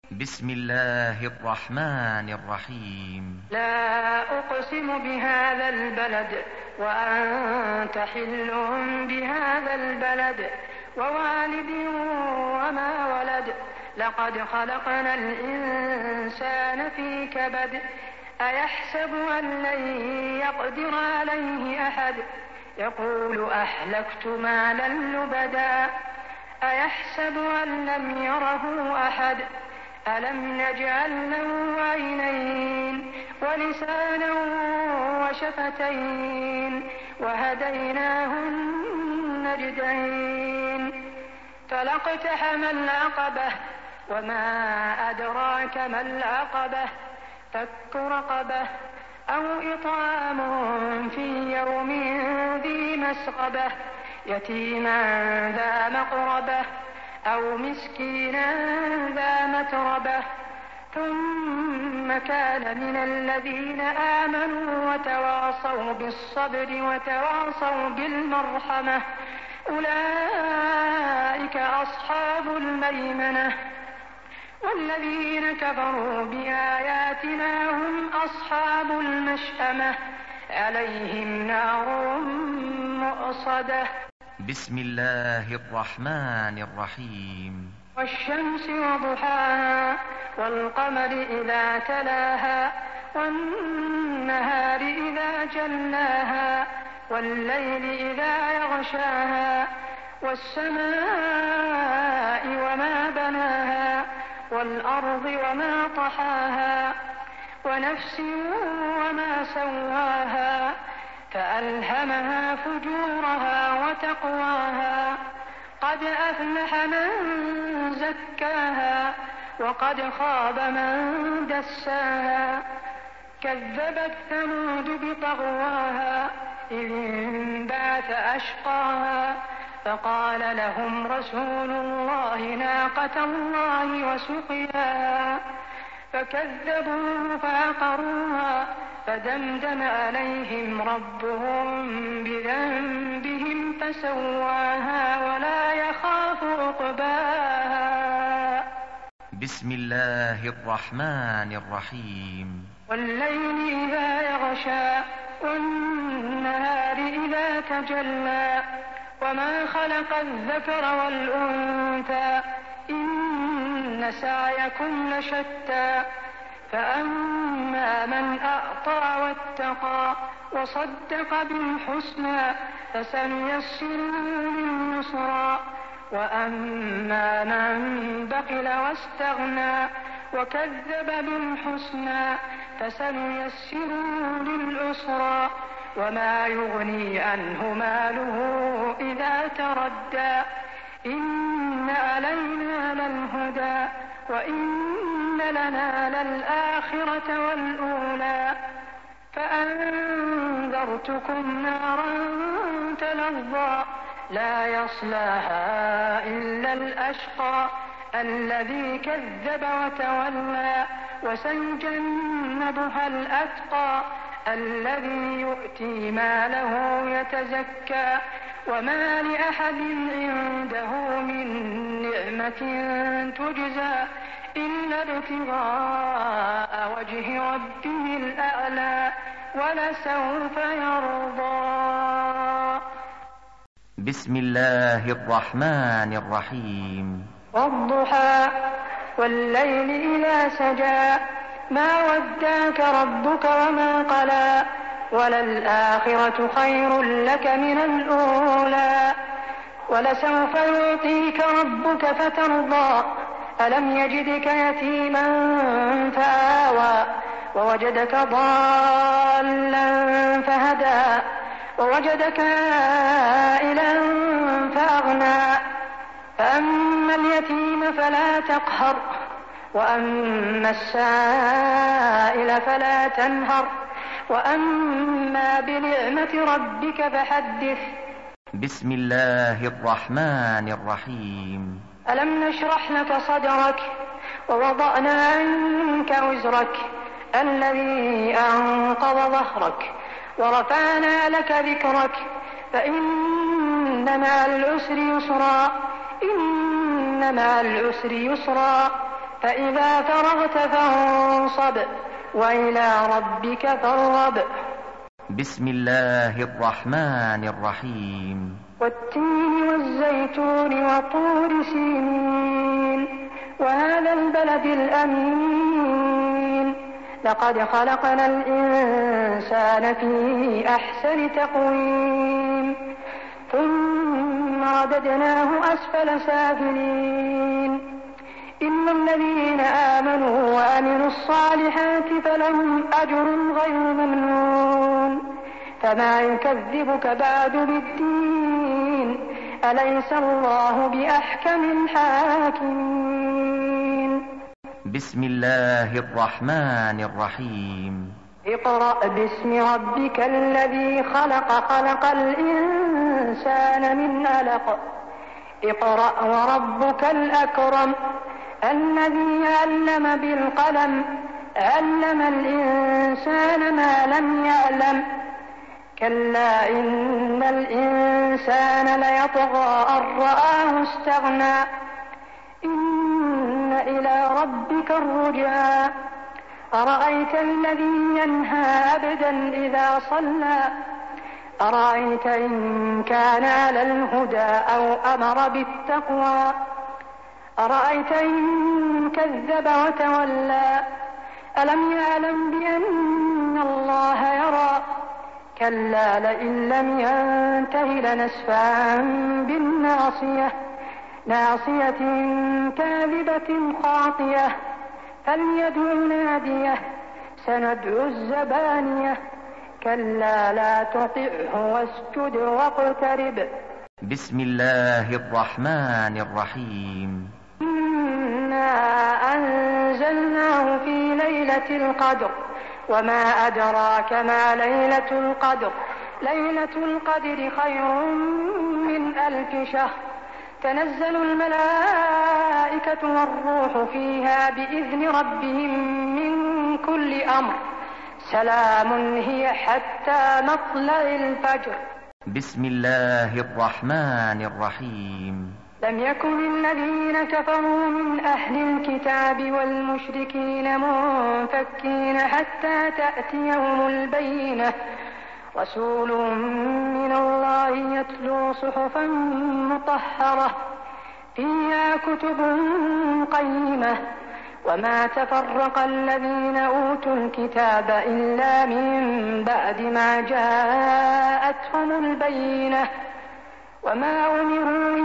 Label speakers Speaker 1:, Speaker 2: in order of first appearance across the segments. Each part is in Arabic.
Speaker 1: بسم الله الرحمن الرحيم.
Speaker 2: لا أقسم بهذا البلد وأنت حل بهذا البلد ووالد وما ولد لقد خلقنا الإنسان في كبد أيحسب أن لن يقدر عليه أحد يقول أهلكت مالا لبدا أيحسب أن لم يره أحد ألم نجعل له عينين ولسانا وشفتين وهديناه النجدين فلاقتحم العقبة وما أدراك ما العقبة فك رقبة أو إطعام في يوم ذي مسغبة يتيما ذا مقربة أو مسكينا ذا متربة ثم كان من الذين آمنوا وتواصوا بالصبر وتواصوا بالمرحمة أولئك أصحاب الميمنة والذين كفروا بآياتنا هم أصحاب المشأمة عليهم نار مؤصدة.
Speaker 1: بسم الله الرحمن الرحيم.
Speaker 2: والشمس وضحاها والقمر إذا تلاها والنهار إذا جلاها والليل إذا يغشاها والسماء وما بناها والأرض وما طحاها ونفس وما سواها فألهمها فجورها وتقواها قد أفلح من زكاها وقد خاب من دساها كذبت ثمود بطغواها إذ انبعث أشقاها فقال لهم رسول الله ناقة الله وسقياها فكذبوه فعقروها فدمدم عليهم ربهم بذنبهم فسواها ولا يخاف عقباها.
Speaker 1: بسم الله الرحمن الرحيم.
Speaker 2: والليل إذا يغشى والنهار إذا تجلى وما خلق الذكر والأنثى إن سعيكم لشتى فأما من أعطى واتقى وصدق بالحسنى فسنيسره لليسرى وأما من بخل واستغنى وكذب بالحسنى فسنيسره للعسرى وما يغني عنه ماله إذا تردى إن علينا للهدى وإن لنا للآخرة والأولى فأنذرتكم نارا تلظى لا يصلاها إلا الأشقى الذي كذب وتولى وسيجنبها الأتقى الذي يؤتي ماله يتزكى وما لأحد عنده من نعمة تجزى إلا ابتغاء وجه ربه الأعلى ولسوف يرضى.
Speaker 1: بسم الله الرحمن الرحيم.
Speaker 2: والضحى والليل إذا سجى ما وداك ربك وما قلى وللآخرة خير لك من الأولى ولسوف يعطيك ربك فترضى ألم يجدك يتيما فآوى ووجدك ضالا فهدى ووجدك عائلا فأغنى فأما اليتيم فلا تقهر وأما السائل فلا تنهر وأما بنعمة ربك فحدث.
Speaker 1: بسم الله الرحمن الرحيم.
Speaker 2: ألم نشرح لك صدرك ووضعنا عنك وزرك الذي أنقض ظهرك ورفعنا لك ذكرك فإن مع العسر يسرا إن مع العسر يسرا فإذا فرغت فانصب وإلى ربك فارغب.
Speaker 1: بسم الله الرحمن الرحيم.
Speaker 2: والتين والزيتون وطور سينين وهذا البلد الأمين لقد خلقنا الإنسان في أحسن تقويم ثم رددناه أسفل سافلين إن الذين آمنوا وعملوا الصالحات فلهم أجر غير ممنون فما يكذبك بعد بالدين أليس الله بأحكم الحاكمين.
Speaker 1: بسم الله الرحمن الرحيم.
Speaker 2: اقرأ باسم ربك الذي خلق خلق الإنسان من علق اقرأ وربك الأكرم الذي علم بالقلم علم الإنسان ما لم يعلم كلا إن الإنسان ليطغى أن رآه استغنى إن إلى ربك الرجعى أرأيت الذي ينهى عبدا إذا صلى أرأيت إن كان على الهدى أو أمر بالتقوى أرأيت إن كذب وتولى ألم يعلم بأن الله يرى كلا لئن لم ينته لنسفعا بالناصية ناصية كاذبة خاطية فليدع ناديه سندعو الزبانية كلا لا تطعه واسجد واقترب.
Speaker 1: بسم الله الرحمن الرحيم.
Speaker 2: إنا أنزلناه في ليلة القدر وما أدراك ما ليلة القدر ليلة القدر خير من 1000 شهر تنزل الملائكة والروح فيها بإذن ربهم من كل أمر سلام هي حتى مطلع الفجر.
Speaker 1: بسم الله الرحمن الرحيم.
Speaker 2: لم يكن الذين كفروا من أهل الكتاب والمشركين منفكين حتى تأتيهم البينة رسول من الله يتلو صحفا مطهرة فيها كتب قيمة وما تفرق الذين أوتوا الكتاب إلا من بعد ما جاءتهم البينة وما أمروا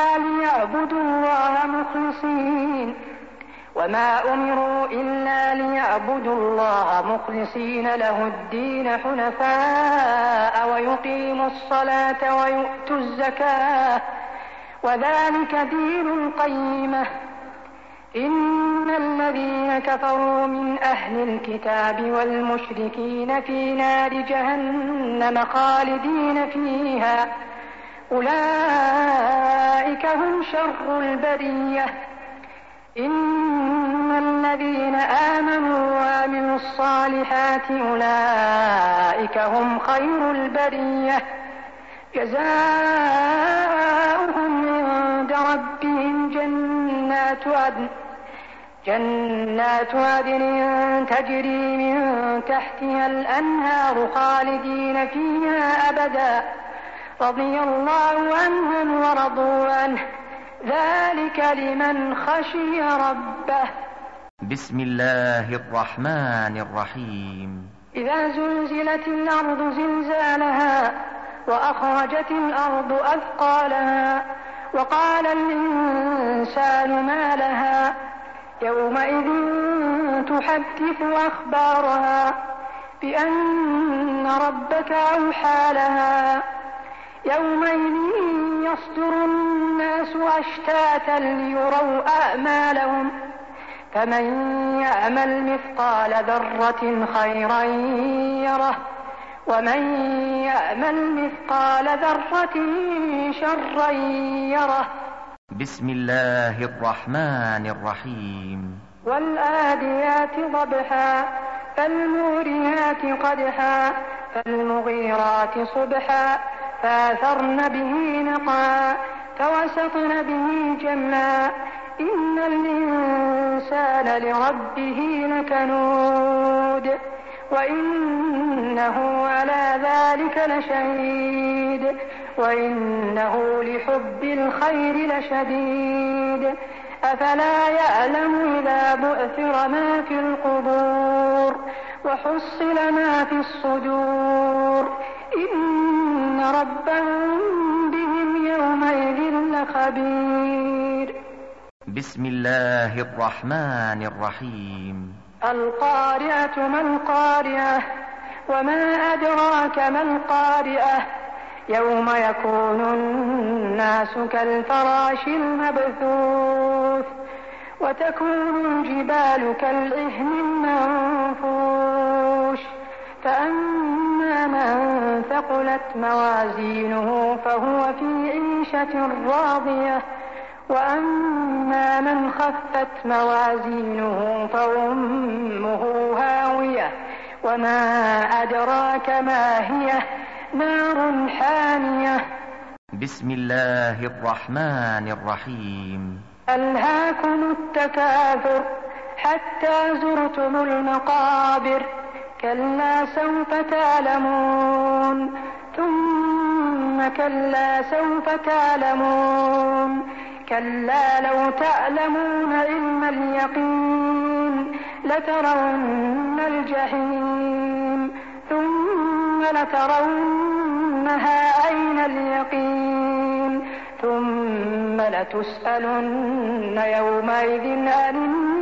Speaker 2: إلا ليعبدوا الله مخلصين له الدين حنفاء ويقيموا الصلاة ويؤتوا الزكاة وذلك دين القيمة إن الذين كفروا من أهل الكتاب والمشركين في نار جهنم خالدين فيها أولئك هم شر البرية إن الذين آمنوا وعملوا الصالحات أولئك هم خير البرية جزاؤهم عند ربهم جنات عدن تجري من تحتها الأنهار خالدين فيها أبدا رضي الله عنهم ورضوا عنه ذلك لمن خشي ربه.
Speaker 1: بسم الله الرحمن الرحيم.
Speaker 2: إذا زلزلت الأرض زلزالها وأخرجت الأرض أثقالها وقال الإنسان ما لها يومئذ تحدث أخبارها بأن ربك أوحى لها يومئذ يصدر الناس أشتاتا ليروا أعمالهم فمن يعمل مثقال ذرة خيرا يره ومن يعمل مثقال ذرة شرا يره.
Speaker 1: بسم الله الرحمن الرحيم.
Speaker 2: والآديات ضبحا فالموريات قدحا فالمغيرات صبحا فأثرن به نقعا فوسطن به جمعا إن الإنسان لربه لكنود وإنه على ذلك لشهيد وإنه لحب الخير لشديد أفلا يعلم إذا بؤثر ما في القبور وحصل ما في الصدور إن ربهم بهم يومئذ لخبير.
Speaker 1: بسم الله الرحمن الرحيم.
Speaker 2: القارعة ما القارعة وما أدراك ما القارعة يوم يكون الناس كالفراش المبثوث وتكون الجبال كالعهن المنفوش فأما من ثقلت موازينه فهو في عيشة راضية وأما من خفت موازينه فأمه هاوية وما أدراك ما هي نار حامية.
Speaker 1: بسم الله الرحمن الرحيم.
Speaker 2: ألهاكم التكاثر حتى زرتم المقابر كلا سوف تعلمون ثم كلا سوف تعلمون كلا لو تعلمون علم اليقين لترون الجحيم ثم لترونها عين اليقين ثم لتسألن يومئذ عن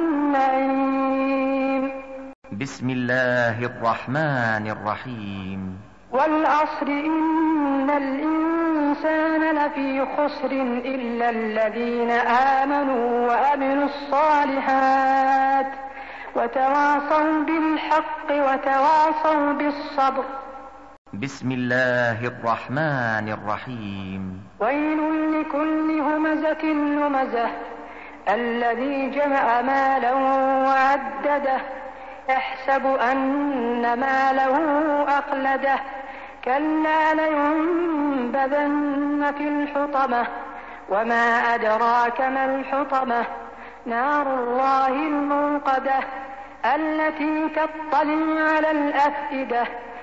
Speaker 2: النعيم.
Speaker 1: بسم الله الرحمن الرحيم.
Speaker 2: والعصر إن الإنسان لفي خسر إلا الذين آمنوا وعملوا الصالحات وتواصوا بالحق وتواصوا بالصبر.
Speaker 1: بسم الله الرحمن الرحيم.
Speaker 2: ويل لكل همزة لمزة الذي جمع مالا وعدده يحسب أن ماله أخلده كلا لينبذن في الحطمة وما أدراك ما الحطمة نار الله الموقدة التي تطلع على الأفئدة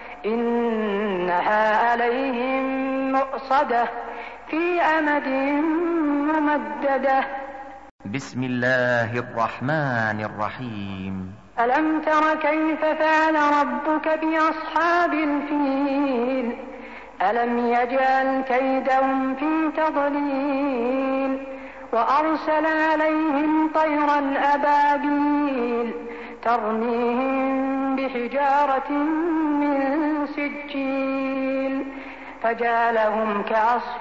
Speaker 2: إنها عليهم مؤصدة في أمد ممددة.
Speaker 1: بسم الله الرحمن الرحيم.
Speaker 2: ألم تر كيف فعل ربك بأصحاب الفيل ألم يجعل كيدهم في تضليل وأرسل عليهم طيرا أبابيل ترميهم بحجارة من سجيل فجعلهم كعصف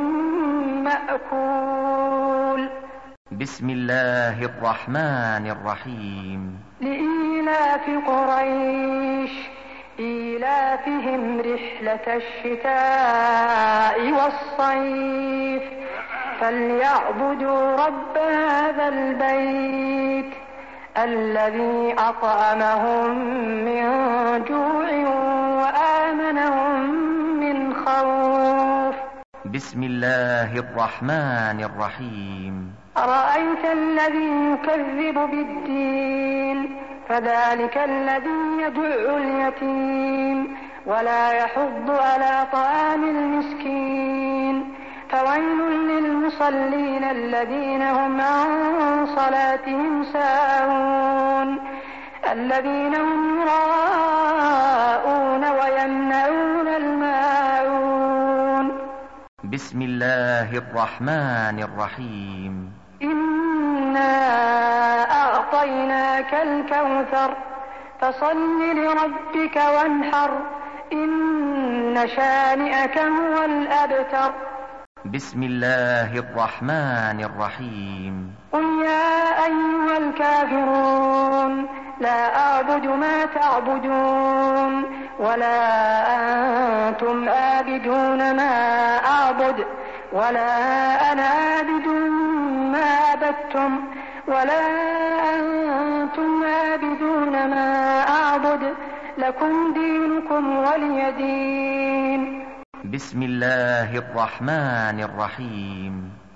Speaker 2: مأكول.
Speaker 1: بسم الله الرحمن الرحيم.
Speaker 2: لإيلاف قريش إيلافهم رحلة الشتاء والصيف فليعبدوا رب هذا البيت الذي أطعمهم من جوع وآمنهم من خوف.
Speaker 1: بسم الله الرحمن الرحيم.
Speaker 2: أرأيت الذي يكذب بالدين فذلك الذي يدع اليتيم ولا يحض على طعام المسكين فويل للمصلين الذين هم عن صلاتهم ساهون الذين هم يراءون ويمنعون الماعون.
Speaker 1: بسم الله الرحمن الرحيم.
Speaker 2: إنا أعطيناك الكوثر فصل لربك وانحر إن شانئك هو الأبتر.
Speaker 1: بسم الله الرحمن الرحيم.
Speaker 2: قل يا أيها الكافرون لا أعبد ما تعبدون ولا أنتم عابدون ما أعبد ولا أنا عابد ما عبدتم ولا أنتم عابدون ما أعبد لكم دينكم ولي دين.
Speaker 1: بسم الله الرحمن الرحيم.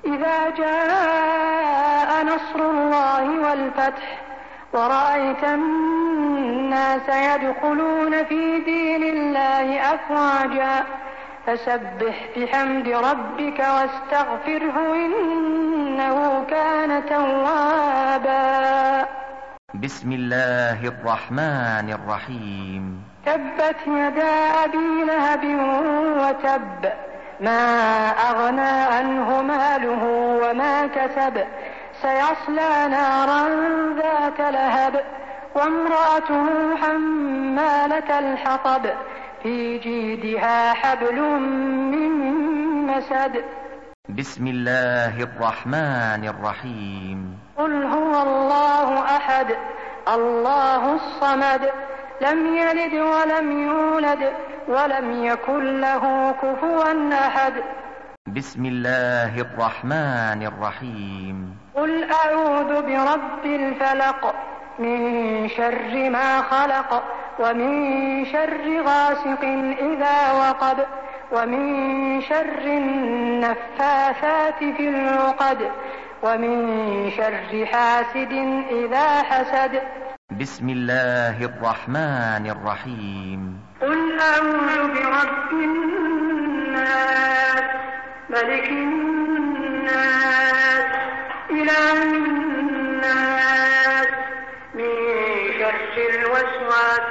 Speaker 2: إذا جاء نصر الله والفتح ورأيت الناس يدخلون في دين الله أفواجا فسبح بحمد ربك واستغفره إنه كان توابا.
Speaker 1: بسم الله الرحمن الرحيم.
Speaker 2: تبت يدا أبي لهب وتب ما أغنى عنه ماله وما كسب سيصلى نارا ذات لهب وامرأته حمالة الحطب في جيدها حبل من مسد.
Speaker 1: بسم الله الرحمن الرحيم.
Speaker 2: قل هو الله أحد الله الصمد لم يلد ولم يولد ولم يكن له كفوا أحد.
Speaker 1: بسم الله الرحمن الرحيم.
Speaker 2: قل أعوذ برب الفلق من شر ما خلق ومن شر غاسق إذا وقب ومن شر النفاثات في العقد ومن شر حاسد إذا حسد.
Speaker 1: بسم الله الرحمن الرحيم.
Speaker 2: قل أعوذ برب الناس ملك الناس إله الناس من شر الوسواس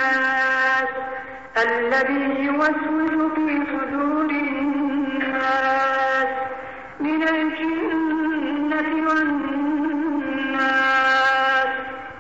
Speaker 2: الخناس الذي يوسوس في صدور الناس